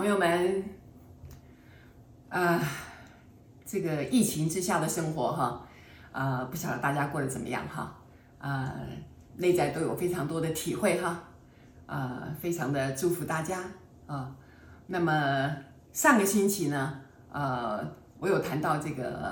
朋友们，这个疫情之下的生活哈，不晓得大家过得怎么样哈，内在都有非常多的体会哈，非常的祝福大家啊。那么上个星期呢，我有谈到这个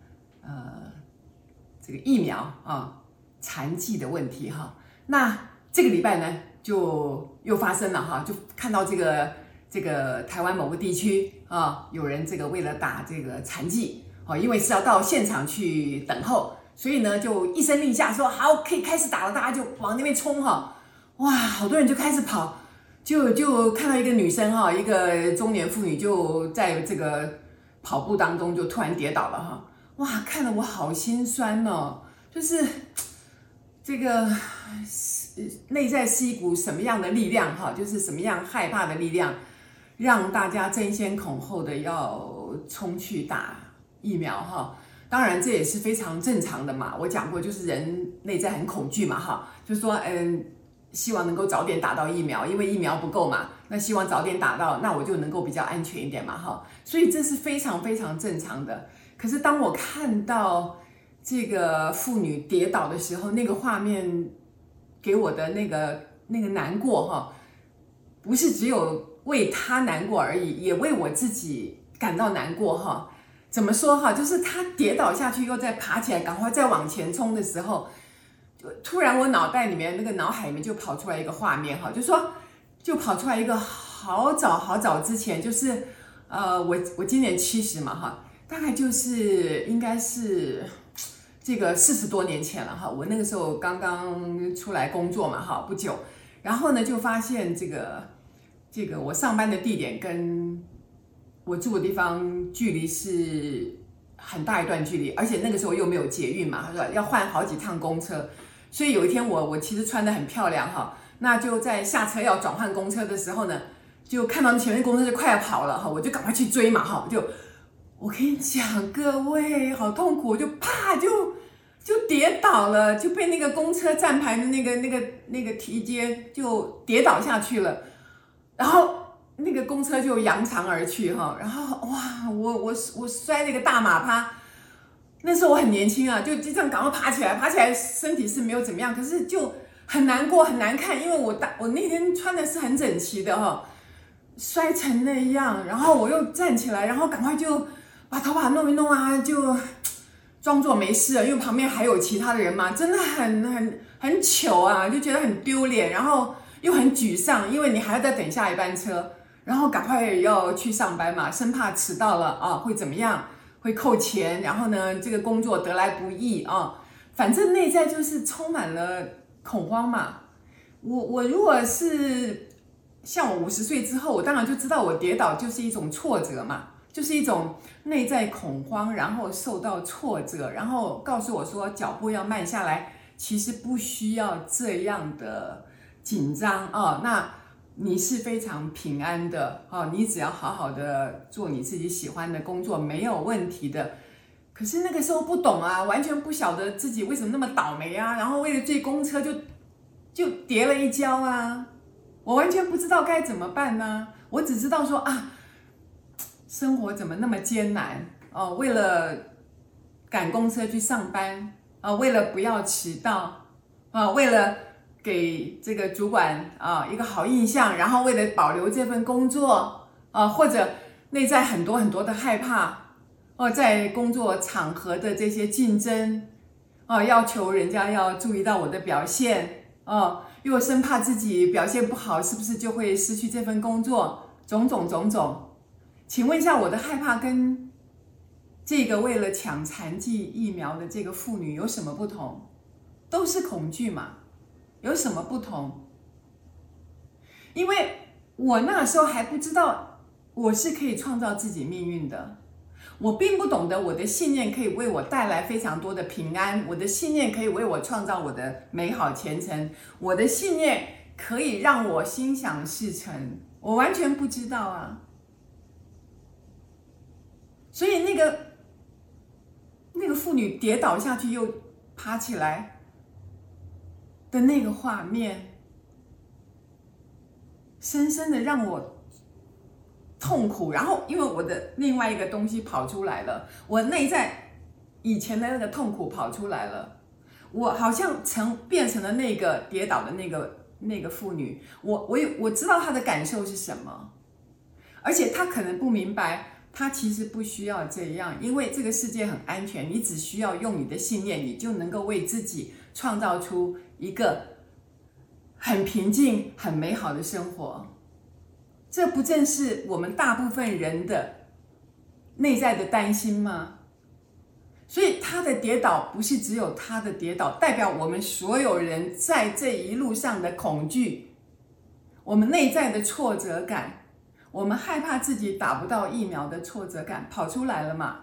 疫苗残疾的问题哈。那这个礼拜呢，就又发生了哈，就看到这个台湾某个地区有人这个为了打这个残疾因为是要到现场去等候，所以呢就一声令下说好，可以开始打了，大家就往那边冲哈，哇，好多人就开始跑，就看到一个女生一个中年妇女就在这个跑步当中就突然跌倒了哈，哇，看得我好心酸哦，就是这个内在是一股什么样的力量哈，就是什么样害怕的力量，让大家争先恐后的要冲去打疫苗哈。当然这也是非常正常的嘛，我讲过就是人内在很恐惧嘛哈，就是说希望能够早点打到疫苗，因为疫苗不够嘛，那希望早点打到，那我就能够比较安全一点嘛哈，所以这是非常非常正常的。可是当我看到这个妇女跌倒的时候，那个画面给我的那个难过哈，不是只有为她难过而已，也为我自己感到难过哈。怎么说哈？就是她跌倒下去又再爬起来，赶快再往前冲的时候，就突然我脑袋里面脑海里面就跑出来一个画面哈，就跑出来一个好早之前，就是我今年70嘛哈，大概就是应该是这个40多年前了哈，我那个时候刚刚出来工作嘛哈，不久，然后呢就发现这个我上班的地点跟我住的地方距离是很大一段距离，而且那个时候又没有捷运嘛，要换好几趟公车，所以有一天我其实穿得很漂亮哈，那就在下车要转换公车的时候呢，就看到前面公车就快要跑了哈，我就赶快去追嘛哈，我跟你讲，各位好痛苦，我就啪就跌倒了，就被那个公车站牌的那个梯阶就跌倒下去了，然后那个公车就扬长而去哈，然后哇，我摔了一个大马趴，那时候我很年轻啊，就这样赶快爬起来，身体是没有怎么样，可是就很难过很难看，因为我那天穿的是很整齐的哈，摔成那样，然后我又站起来，然后赶快就把头发弄一弄啊，就装作没事了，因为旁边还有其他的人嘛，真的很糗啊，就觉得很丢脸，然后又很沮丧，因为你还要再等下一班车，然后赶快要去上班嘛，生怕迟到了会怎么样，会扣钱，然后呢这个工作得来不易反正内在就是充满了恐慌嘛。我如果是像我50岁之后，我当然就知道我跌倒就是一种挫折嘛，就是一种内在恐慌，然后受到挫折，然后告诉我说脚步要慢下来，其实不需要这样的紧张那你是非常平安的你只要好好的做你自己喜欢的工作，没有问题的。可是那个时候不懂啊，完全不晓得自己为什么那么倒霉啊，然后为了追公车就跌了一跤啊，我完全不知道该怎么办呢。我只知道说生活怎么那么艰难为了赶公车去上班为了不要迟到为了给这个主管一个好印象，然后为了保留这份工作或者内在很多很多的害怕在工作场合的这些竞争要求人家要注意到我的表现又生怕自己表现不好，是不是就会失去这份工作，种种。请问一下，我的害怕跟这个为了抢残疾疫苗的这个妇女有什么不同？都是恐惧嘛，有什么不同？因为我那时候还不知道我是可以创造自己命运的，我并不懂得我的信念可以为我带来非常多的平安，我的信念可以为我创造我的美好前程，我的信念可以让我心想事成，我完全不知道啊。所以那个妇女跌倒下去又爬起来的那个画面，深深的让我痛苦，然后因为我的另外一个东西跑出来了，我内在以前的那个痛苦跑出来了，我好像变成了那个跌倒的那个妇女，我知道她的感受是什么，而且她可能不明白。他其实不需要这样，因为这个世界很安全，你只需要用你的信念，你就能够为自己创造出一个很平静、很美好的生活。这不正是我们大部分人的内在的担心吗？所以他的跌倒不是只有他的跌倒，代表我们所有人在这一路上的恐惧，我们内在的挫折感，我们害怕自己打不到疫苗的挫折感跑出来了嘛？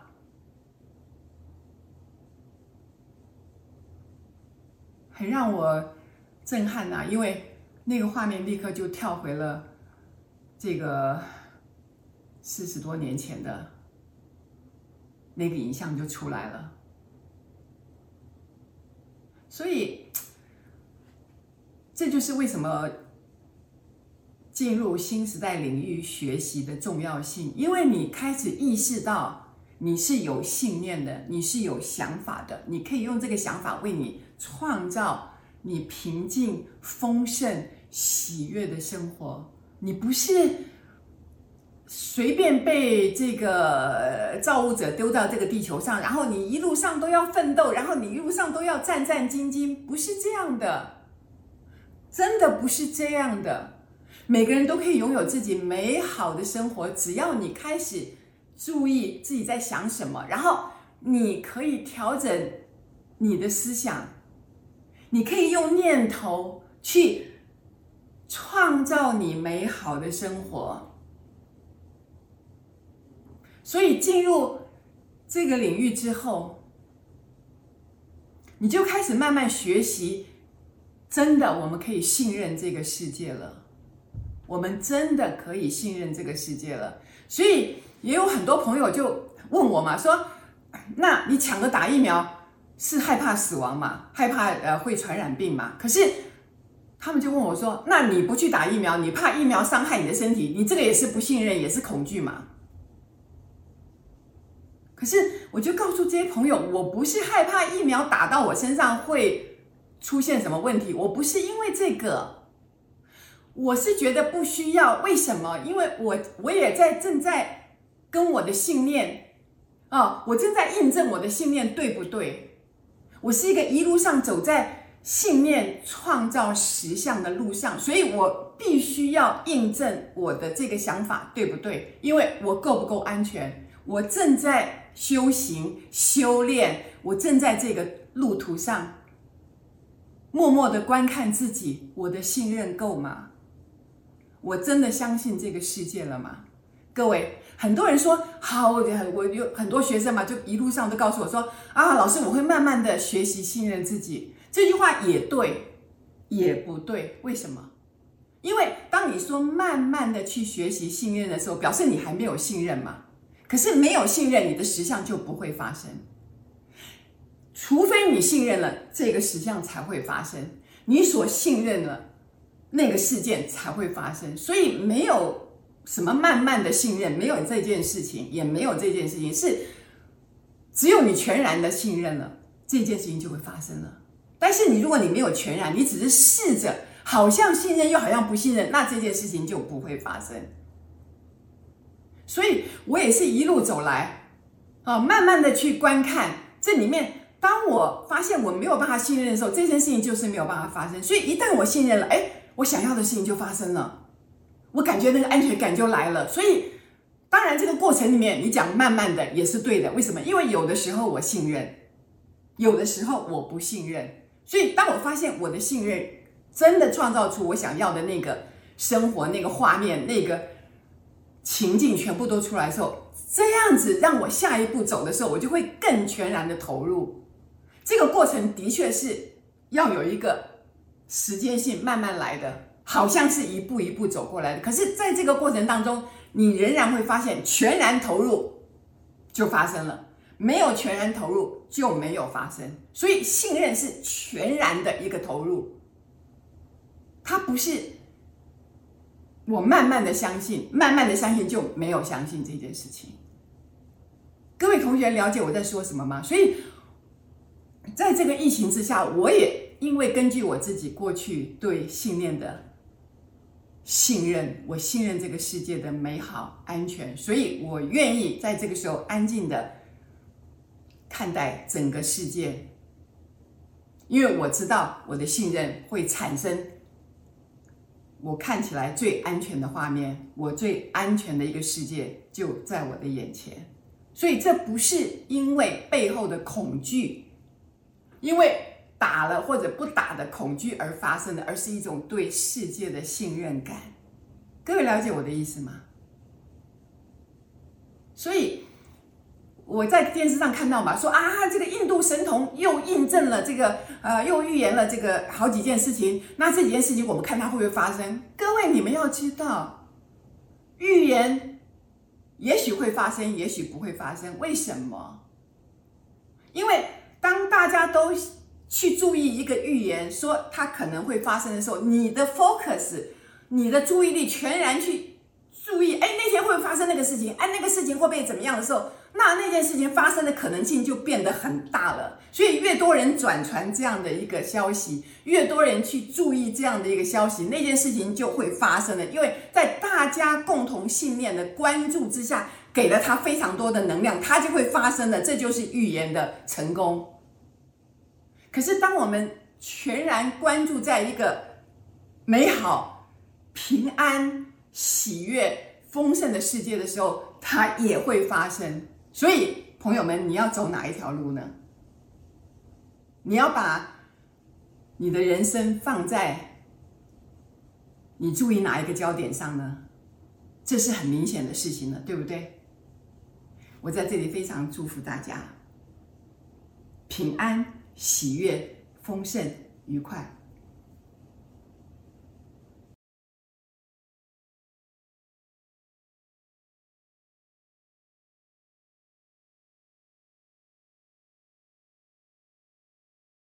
很让我震撼啊，因为那个画面立刻就跳回了这个40多年前的那个影像就出来了。所以这就是为什么进入新时代领域学习的重要性，因为你开始意识到你是有信念的，你是有想法的，你可以用这个想法为你创造你平静、丰盛、喜悦的生活。你不是随便被这个造物者丢到这个地球上，然后你一路上都要奋斗，然后你一路上都要战战兢兢，不是这样的，真的不是这样的。每个人都可以拥有自己美好的生活，只要你开始注意自己在想什么，然后你可以调整你的思想，你可以用念头去创造你美好的生活。所以进入这个领域之后，你就开始慢慢学习，真的我们可以信任这个世界了。我们真的可以信任这个世界了。所以也有很多朋友就问我嘛，说那你抢着打疫苗是害怕死亡嘛，害怕会传染病嘛？可是他们就问我说，那你不去打疫苗，你怕疫苗伤害你的身体，你这个也是不信任，也是恐惧嘛？可是我就告诉这些朋友，我不是害怕疫苗打到我身上会出现什么问题，我不是因为这个，我是觉得不需要。为什么？因为我也正在跟我的信念我正在印证我的信念对不对。我是一个一路上走在信念创造实相的路上，所以我必须要印证我的这个想法对不对，因为我够不够安全，我正在修行修炼，我正在这个路途上默默的观看自己，我的信任够吗？我真的相信这个世界了吗？各位，很多人说好，我有很多学生嘛，就一路上都告诉我说老师，我会慢慢的学习信任自己。这句话也对也不对。为什么？因为当你说慢慢的去学习信任的时候，表示你还没有信任嘛。可是没有信任，你的实相就不会发生。除非你信任了，这个实相才会发生，你所信任了那个事件才会发生。所以没有什么慢慢的信任，没有这件事情，也没有这件事情，是只有你全然的信任了，这件事情就会发生了。但是如果你没有全然，你只是试着好像信任又好像不信任，那这件事情就不会发生。所以我也是一路走来慢慢的去观看这里面，当我发现我没有办法信任的时候，这件事情就是没有办法发生。所以一旦我信任了，我想要的事情就发生了，我感觉那个安全感就来了。所以当然这个过程里面你讲慢慢的也是对的。为什么？因为有的时候我信任，有的时候我不信任。所以当我发现我的信任真的创造出我想要的那个生活，那个画面，那个情境全部都出来的时候，这样子让我下一步走的时候，我就会更全然的投入。这个过程的确是要有一个时间性慢慢来的，好像是一步一步走过来的。可是在这个过程当中，你仍然会发现全然投入就发生了，没有全然投入就没有发生。所以信任是全然的一个投入，它不是我慢慢的相信，慢慢的相信就没有相信这件事情。各位同学了解我在说什么吗？所以在这个疫情之下，我也因为根据我自己过去对信念的信任，我信任这个世界的美好安全，所以我愿意在这个时候安静的看待整个世界，因为我知道我的信任会产生我看起来最安全的画面，我最安全的一个世界就在我的眼前。所以这不是因为背后的恐惧，因为打了或者不打的恐惧而发生的，而是一种对世界的信任感。各位了解我的意思吗？所以我在电视上看到嘛，说啊，这个印度神童又印证了这个又预言了这个好几件事情。那这几件事情我们看它会不会发生？各位你们要知道，预言也许会发生，也许不会发生。为什么？因为当大家都去注意一个预言，说它可能会发生的时候，你的 focus， 你的注意力全然去注意，那天会发生那个事情，那个事情会不会怎么样的时候，那件事情发生的可能性就变得很大了。所以越多人转传这样的一个消息，越多人去注意这样的一个消息，那件事情就会发生了。因为在大家共同信念的关注之下，给了它非常多的能量，它就会发生了。这就是预言的成功。可是当我们全然关注在一个美好、平安、喜悦、丰盛的世界的时候，它也会发生。所以朋友们，你要走哪一条路呢？你要把你的人生放在你注意哪一个焦点上呢？这是很明显的事情了，对不对？我在这里非常祝福大家平安、喜悦、丰盛、愉快。